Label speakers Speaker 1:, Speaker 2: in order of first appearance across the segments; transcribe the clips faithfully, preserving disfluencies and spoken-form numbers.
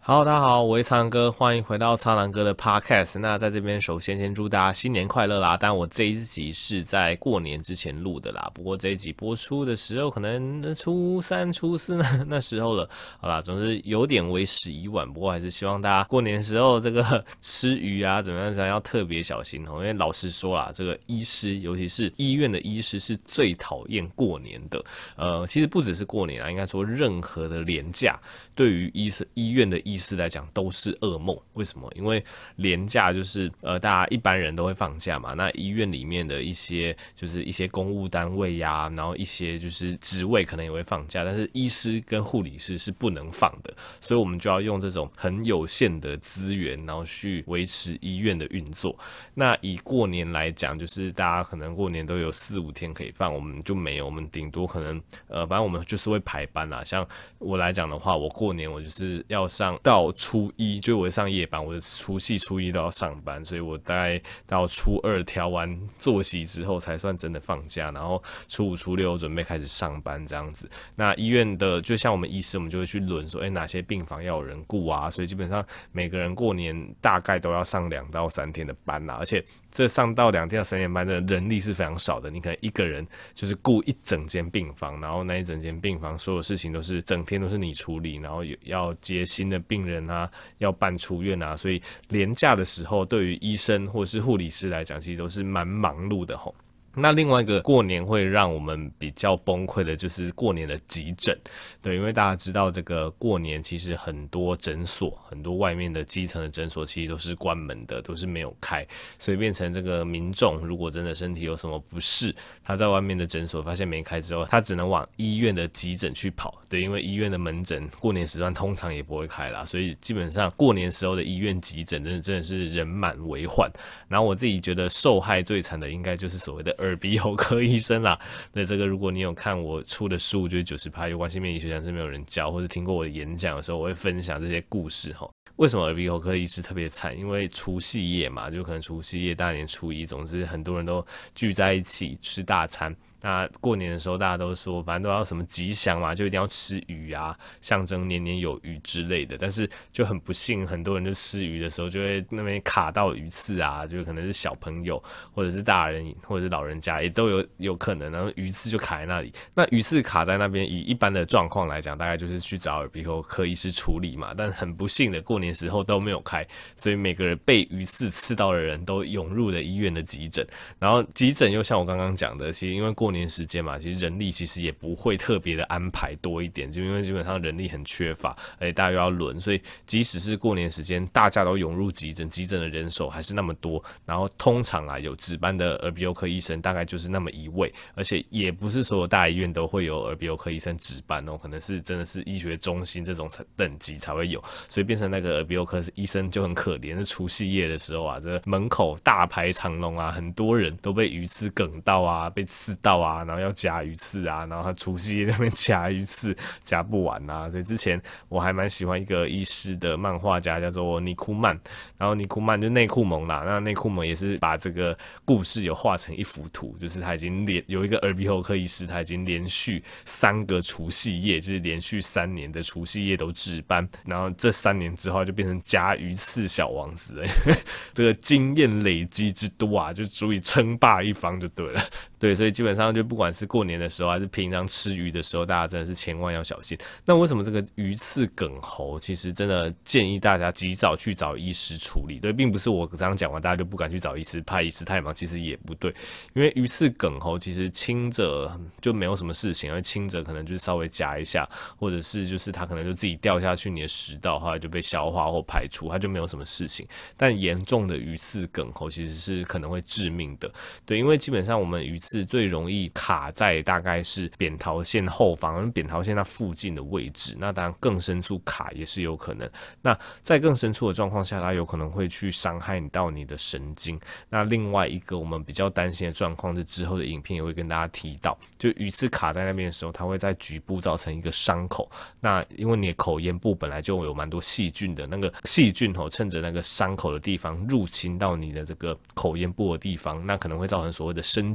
Speaker 1: Hello，大家好，我是苍狼哥，欢迎回到苍狼哥的 Podcast。那在这边首先先祝大家新年快乐啦！但我这一集是在过年之前录的啦，不过这一集播出的时候可能初三、初四那那时候了。好啦，总之有点为时已晚，不过还是希望大家过年时候这个吃鱼啊怎么样怎么样要特别小心哦。因为老实说啦，这个医师，尤其是医院的医师是最讨厌过年的。呃，其实不只是过年啊，应该说任何的连假对于医生医院的医师来讲都是噩梦。为什么？因为连假就是呃大家一般人都会放假嘛，那医院里面的一些就是一些公务单位呀、啊，然后一些就是职位可能也会放假，但是医师跟护理师是不能放的，所以我们就要用这种很有限的资源，然后去维持医院的运作。那以过年来讲，就是大家可能过年都有四五天可以放，我们就没有，我们顶多可能呃反正我们就是会排班啦。像我来讲的话，我过年我就是要上到初一，就我会上夜班，我的除夕初一都要上班，所以我大概到初二调完作息之后才算真的放假，然后初五初六准备开始上班这样子。那医院的就像我们医师，我们就会去轮说，哎、欸，哪些病房要有人顾啊，所以基本上每个人过年大概都要上两到三天的班啦，而且这上到两天到三天班的人力是非常少的，你可能一个人就是顾一整间病房，然后那一整间病房所有事情都是整天都是你处理，然后要接新的病人啊，要办出院啊，所以连假的时候对于医生或是护理师来讲，其实都是蛮忙碌的吼。那另外一个过年会让我们比较崩溃的就是过年的急诊，对，因为大家知道这个过年其实很多诊所，很多外面的基层的诊所其实都是关门的，都是没有开，所以变成这个民众如果真的身体有什么不适，他在外面的诊所发现没开之后，他只能往医院的急诊去跑，对，因为医院的门诊过年时段通常也不会开啦，所以基本上过年时候的医院急诊真的真的是人满为患。然后我自己觉得受害最惨的应该就是所谓的耳鼻喉科医生啦。那这个如果你有看我出的书，就是九十趴有关性免疫学讲是没有人教，或者听过我的演讲的时候，我会分享这些故事齁。为什么耳鼻喉科医师特别惨？因为除夕夜嘛，就可能除夕夜、大年初一，总之很多人都聚在一起吃大餐。那过年的时候，大家都说反正都要什么吉祥嘛，就一定要吃鱼啊，象征年年有余之类的。但是就很不幸，很多人就吃鱼的时候就会那边卡到鱼刺啊，就可能是小朋友或者是大人或者是老人家也都有有可能，然后鱼刺就卡在那里。那鱼刺卡在那边，以一般的状况来讲，大概就是去找耳鼻喉科医师处理嘛。但很不幸的，过年时候都没有开，所以每个人被鱼刺刺到的人都涌入了医院的急诊。然后急诊又像我刚刚讲的，其实因为过年时间嘛，其实人力其实也不会特别的安排多一点，就因为基本上人力很缺乏，而且大家又要轮，所以即使是过年时间，大家都涌入急诊，急诊的人手还是那么多。然后通常啊，有值班的耳鼻喉科医生大概就是那么一位，而且也不是所有大医院都会有耳鼻喉科医生值班哦，可能是真的是医学中心这种等级才会有，所以变成那个耳鼻喉科医生就很可怜。除夕夜的时候啊，这门口大排长龙啊，很多人都被鱼刺梗到啊，被刺到啊，然后要夹鱼刺啊，然后他除夕夜那边夹鱼刺夹不完啊。所以之前我还蛮喜欢一个医师的漫画家，叫做尼库曼，然后尼库曼就内库蒙啦，那内库蒙也是把这个故事有画成一幅图，就是他已经连有一个耳鼻喉科医师，他已经连续三个除夕夜，就是连续三年的除夕夜都值班，然后这三年之后就变成夹鱼刺小王子了，这个经验累积之多啊，就足以称霸一方就对了。对，所以基本上就不管是过年的时候还是平常吃鱼的时候，大家真的是千万要小心。那为什么这个鱼刺梗喉，其实真的建议大家及早去找医师处理。对，并不是我这样讲完大家就不敢去找医师，怕医师太忙，其实也不对。因为鱼刺梗喉其实轻者就没有什么事情，而轻者可能就是稍微夹一下，或者是就是它可能就自己掉下去你的食道，后来就被消化或排出，它就没有什么事情。但严重的鱼刺梗喉其实是可能会致命的。对，因为基本上我们鱼刺最容易卡在大概是扁桃腺后方，扁桃腺那附近的位置，那当然更深处卡也是有可能。那在更深处的状况下，它有可能会去伤害你到你的神经。那另外一个我们比较担心的状况是之后的影片也会跟大家提到，就鱼刺卡在那边的时候，它会在局部造成一个伤口。那因为你的口咽部本来就有蛮多细菌的，那个细菌吼趁着那个伤口的地方入侵到你的这个口咽部的地方，那可能会造成所谓的深颈部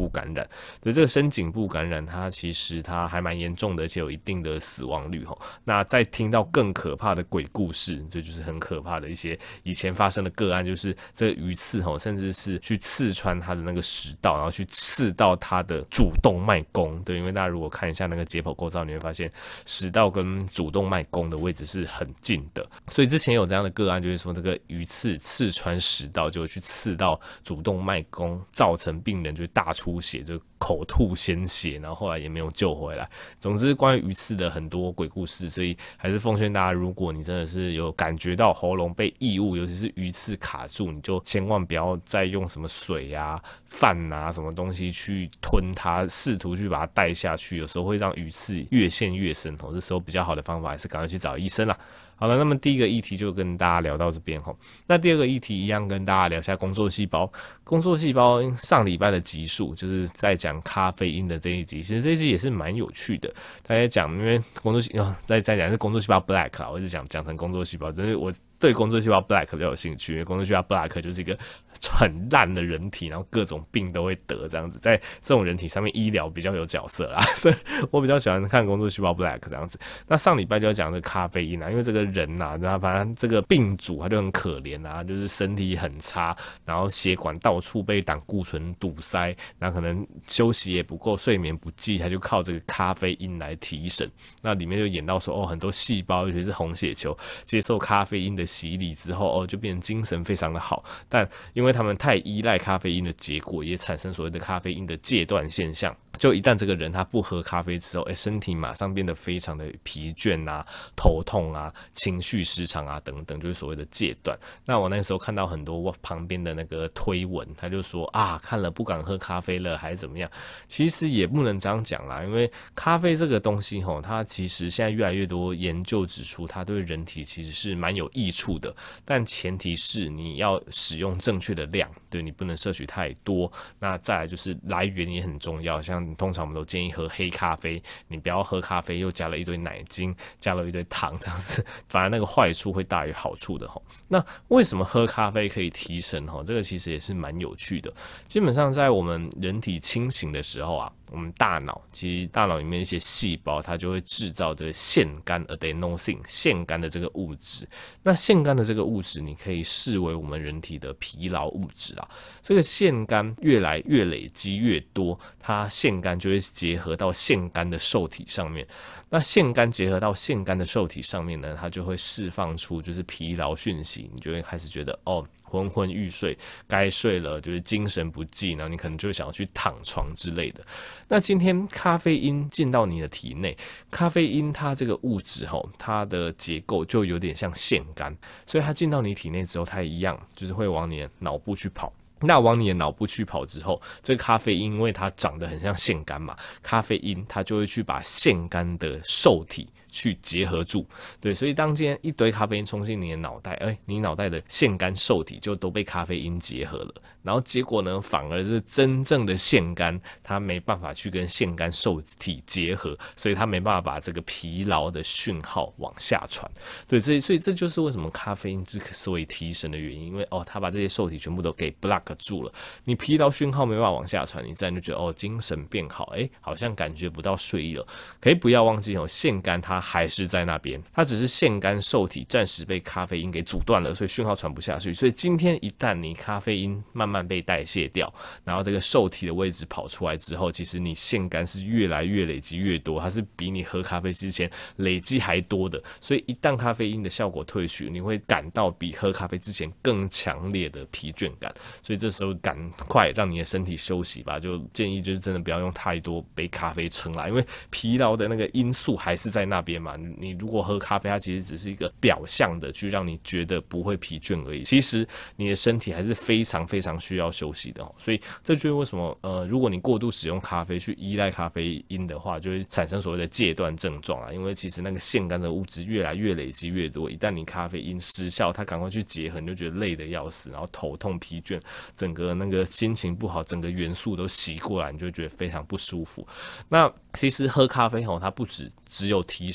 Speaker 1: 部感染。所以这个深颈部感染，它其实它还蛮严重的，而且有一定的死亡率。那再听到更可怕的鬼故事，这就是很可怕的一些以前发生的个案，就是这个鱼刺甚至是去刺穿它的那个食道，然后去刺到它的主动脉弓。对，因为大家如果看一下那个解剖构造，你会发现食道跟主动脉弓的位置是很近的。所以之前有这样的个案，就是说这个鱼刺刺穿食道，就会去刺到主动脉弓，造成病人就是大出血，就口吐鲜血，然后后来也没有救回来。总之，关于鱼刺的很多鬼故事，所以还是奉劝大家，如果你真的是有感觉到喉咙被异物，尤其是鱼刺卡住，你就千万不要再用什么水啊、饭啊什么东西去吞它，试图去把它带下去，有时候会让鱼刺越陷越深。这时候比较好的方法还是赶快去找医生啦。好了，那么第一个议题就跟大家聊到这边齁。那第二个议题一样跟大家聊一下工作细胞。工作细胞上礼拜的集数就是在讲咖啡因的这一集，其实这一集也是蛮有趣的。他在讲，因为工作细哦，在在讲是工作细胞 Black 啦，我一直讲讲成工作细胞，就是我对工作细胞 Black 比较有兴趣，因为工作细胞 Black 就是一个很烂的人体，然后各种病都会得这样子，在这种人体上面医疗比较有角色啦，所以我比较喜欢看工作细胞 Black 这样子。那上礼拜就要讲这个咖啡因啊，因为这个人呐、啊，反正这个病主他就很可怜啊，就是身体很差，然后血管到处被胆固醇堵塞，然后可能休息也不够，睡眠不济，他就靠这个咖啡因来提神。那里面就演到说，哦，很多细胞，尤其是红血球，接受咖啡因的洗礼之后，哦，就变成精神非常的好。但因为他们太依赖咖啡因的结果，也产生所谓的咖啡因的戒断现象。就一旦这个人他不喝咖啡之后，欸，身体马上变得非常的疲倦啊、头痛啊、情绪失常啊等等，就是所谓的戒断。那我那个时候看到很多旁边的那个推文，他就说啊，看了不敢喝咖啡了，还是怎么样？其实也不能这样讲啦，因为咖啡这个东西吼，它其实现在越来越多研究指出，它对人体其实是蛮有益处的，但前提是你要使用正确的量，对，你不能摄取太多。那再来就是来源也很重要，像通常我们都建议喝黑咖啡，你不要喝咖啡又加了一堆奶精，加了一堆糖这样子，反而那个坏处会大于好处的吼。那为什么喝咖啡可以提神吼？这个其实也是蛮有趣的。基本上在我们人体清醒的时候啊，我们大脑其实大脑里面一些细胞它就会制造这个腺苷 adenosine 腺苷的这个物质。那腺苷的这个物质你可以视为我们人体的疲劳物质啊。这个腺苷越来越累积越多，它腺苷就会结合到腺苷的受体上面。那腺苷结合到腺苷的受体上面呢，它就会释放出就是疲劳讯息，你就会开始觉得哦昏昏欲睡，该睡了，就是精神不济，然后你可能就会想要去躺床之类的。那今天咖啡因进到你的体内，咖啡因它这个物质吼，它的结构就有点像腺苷，所以它进到你体内之后，它一样就是会往你的脑部去跑。那往你的脑部去跑之后，这个咖啡因因为它长得很像腺苷嘛，咖啡因它就会去把腺苷的受体去结合住，对，所以当今天一堆咖啡因冲进你的脑袋，哎，你脑袋的腺苷受体就都被咖啡因结合了，然后结果呢，反而是真正的腺苷它没办法去跟腺苷受体结合，所以它没办法把这个疲劳的讯号往下传，对，所以所以这就是为什么咖啡因之所以提神的原因，因为哦，它把这些受体全部都给 block 住了，你疲劳讯号没办法往下传，你自然就觉得哦，精神变好，哎，好像感觉不到睡意了。可以不要忘记哦，腺苷它还是在那边，它只是腺苷受体暂时被咖啡因给阻断了，所以讯号传不下去。所以今天一旦你咖啡因慢慢被代谢掉，然后这个受体的位置跑出来之后，其实你腺苷是越来越累积越多，它是比你喝咖啡之前累积还多的。所以一旦咖啡因的效果退去，你会感到比喝咖啡之前更强烈的疲倦感。所以这时候赶快让你的身体休息吧，就建议就是真的不要用太多杯咖啡撑啦，因为疲劳的那个因素还是在那边嘛。你如果喝咖啡，它其实只是一个表象的去让你觉得不会疲倦而已，其实你的身体还是非常非常需要休息的。所以这就是为什么呃，如果你过度使用咖啡去依赖咖啡因的话，就会产生所谓的戒断症状啊。因为其实那个腺苷的物质越来越累积越多，一旦你咖啡因失效，它赶快去结合，你就觉得累得要死，然后头痛疲倦，整个那个心情不好，整个元素都袭过来，你就会觉得非常不舒服。那其实喝咖啡吼，它不只只有提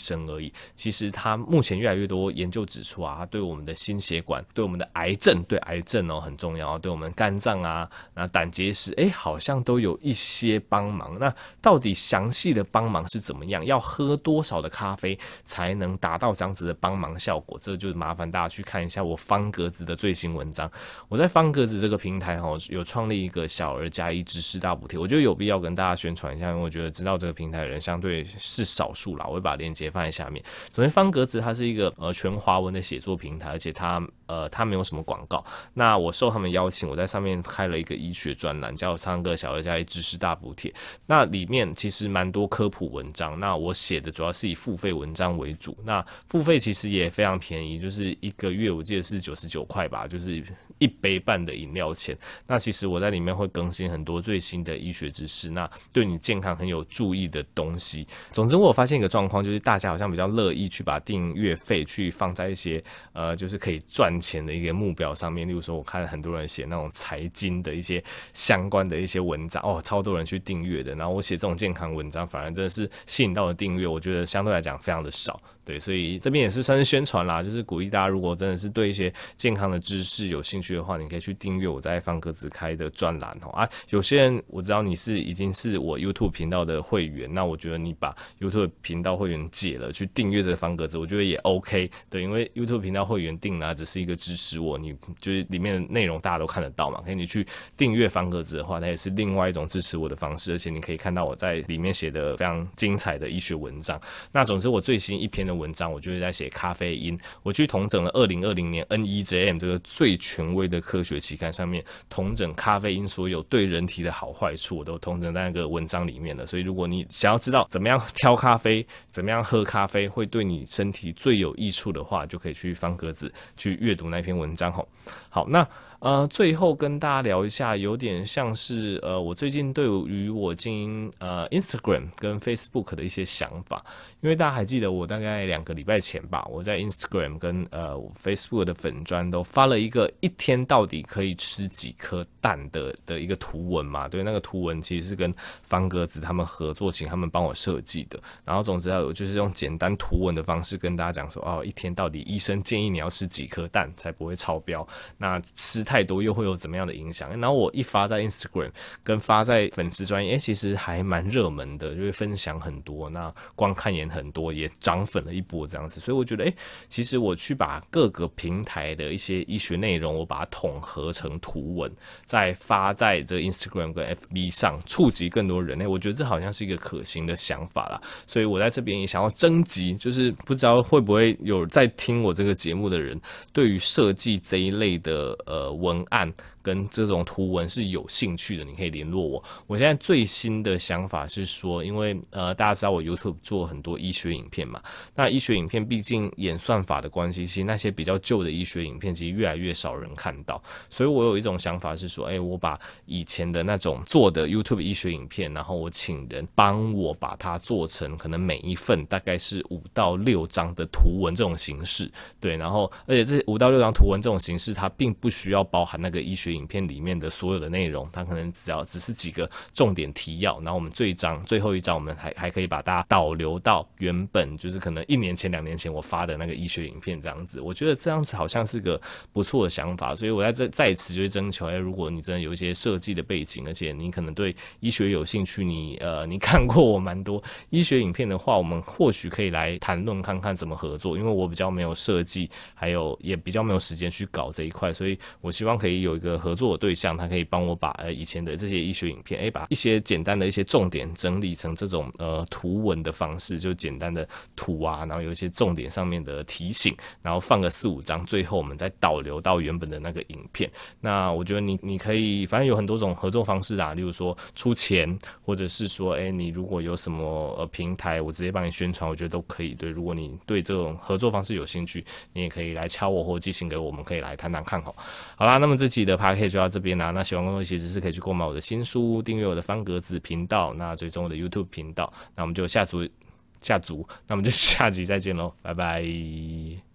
Speaker 1: 升而已。其实它目前越来越多研究指出啊，它对我们的心血管、对我们的癌症、对癌症哦很重要，对我们肝脏啊、那胆结石，哎，好像都有一些帮忙。那到底详细的帮忙是怎么样？要喝多少的咖啡才能达到这样子的帮忙效果？这就麻烦大家去看一下我方格子的最新文章。我在方格子这个平台哈，有创立一个小儿加一知识大补贴，我觉得有必要跟大家宣传一下，因为我觉得知道这个平台的人相对是少数啦。我会把链接放在下面。首先，方格子它是一个呃全华文的写作平台，而且它呃它没有什么广告。那我受他们邀请，我在上面开了一个医学专栏，叫苍哥小儿加一知识大补贴。那里面其实蛮多科普文章，那我写的主要是以付费文章为主。那付费其实也非常便宜，就是一个月我记得是九十九块吧，就是一杯半的饮料钱。那其实我在里面会更新很多最新的医学知识，那对你健康很有注意的东西。总之，我有发现一个状况，就是大家好像比较乐意去把订阅费去放在一些呃，就是可以赚钱的一个目标上面。例如说，我看很多人写那种财经的一些相关的一些文章，哦，超多人去订阅的。然后我写这种健康文章，反而真的是吸引到的订阅，我觉得相对来讲非常的少。对，所以这边也是算是宣传啦，就是鼓励大家，如果真的是对一些健康的知识有兴趣的话，你可以去订阅我在方格子开的专栏哦。啊，有些人我知道你是已经是我 YouTube 频道的会员，那我觉得你把 YouTube 频道会员解了，去订阅这个方格子，我觉得也 OK。对，因为 YouTube 频道会员订了，只是一个支持我，你就是里面的内容大家都看得到嘛。可以你去订阅方格子的话，它也是另外一种支持我的方式，而且你可以看到我在里面写的非常精彩的医学文章。那总之，我最新一篇的文章，我就是在写咖啡因。我去统整了二零二零年 N E J M 这个最权威的科学期刊上面统整咖啡因所有对人体的好坏处，我都统整在那个文章里面了。所以如果你想要知道怎么样挑咖啡，怎么样喝咖啡会对你身体最有益处的话，就可以去方格子去阅读那篇文章吼。好，那呃，最后跟大家聊一下，有点像是呃，我最近对于我经营呃 Instagram 跟 Facebook 的一些想法，因为大家还记得我大概两个礼拜前吧，我在 Instagram 跟呃 Facebook 的粉专都发了一个一天到底可以吃几颗蛋的的一个图文嘛，对，那个图文其实是跟方格子他们合作，请他们帮我设计的。然后总之我就是用简单图文的方式跟大家讲说，哦，一天到底医生建议你要吃几颗蛋才不会超标，那吃太多又会有怎么样的影响？然后我一发在 Instagram 跟发在粉丝专页，其实还蛮热门的，就会分享很多，那观看也很多，也涨粉了一波这样子。所以我觉得，哎，其实我去把各个平台的一些医学内容，我把它统合成图文，再发在这 Instagram 跟 F B 上，触及更多人。哎，我觉得这好像是一个可行的想法啦。所以我在这边也想要征集，就是不知道会不会有在听我这个节目的人，对于设计这一类的呃文案跟这种图文是有兴趣的，你可以联络我。我现在最新的想法是说，因为呃大家知道我 YouTube 做很多医学影片嘛，那医学影片毕竟演算法的关系，其实那些比较旧的医学影片其实越来越少人看到，所以我有一种想法是说，哎、欸，我把以前的那种做的 YouTube 医学影片，然后我请人帮我把它做成可能每一份大概是五到六张的图文这种形式，对，然后而且这五到六张图文这种形式，它并不需要包含那个医学影片里面的所有的内容，它可能只要只是几个重点提要，然后我们最一章最后一章我们还还可以把大家导流到原本就是可能一年前两年前我发的那个医学影片这样子，我觉得这样子好像是个不错的想法，所以我在这在此就会征求，哎，如果你真的有一些设计的背景，而且你可能对医学有兴趣，你呃你看过我蛮多医学影片的话，我们或许可以来谈论看看怎么合作，因为我比较没有设计，还有也比较没有时间去搞这一块，所以我希望可以有一个合作的对象，他可以帮我把呃以前的这些医学影片，哎，把一些简单的一些重点整理成这种呃图文的方式，就简单的图啊，然后有一些重点上面的提醒，然后放个四五张，最后我们再导流到原本的那个影片。那我觉得你你可以，反正有很多种合作方式啦，例如说出钱，或者是说，哎，你如果有什么呃平台，我直接帮你宣传，我觉得都可以。对，如果你对这种合作方式有兴趣，你也可以来敲我或寄信给我，我们可以来谈谈看吼。好啦，那么这期的 Podcast 就到这边啦。那喜欢工作其实是可以去购买我的新书，订阅我的方格子频道，那追踪我的 YouTube 频道。那我们就下组下组，那我们就下集再见喽，拜拜。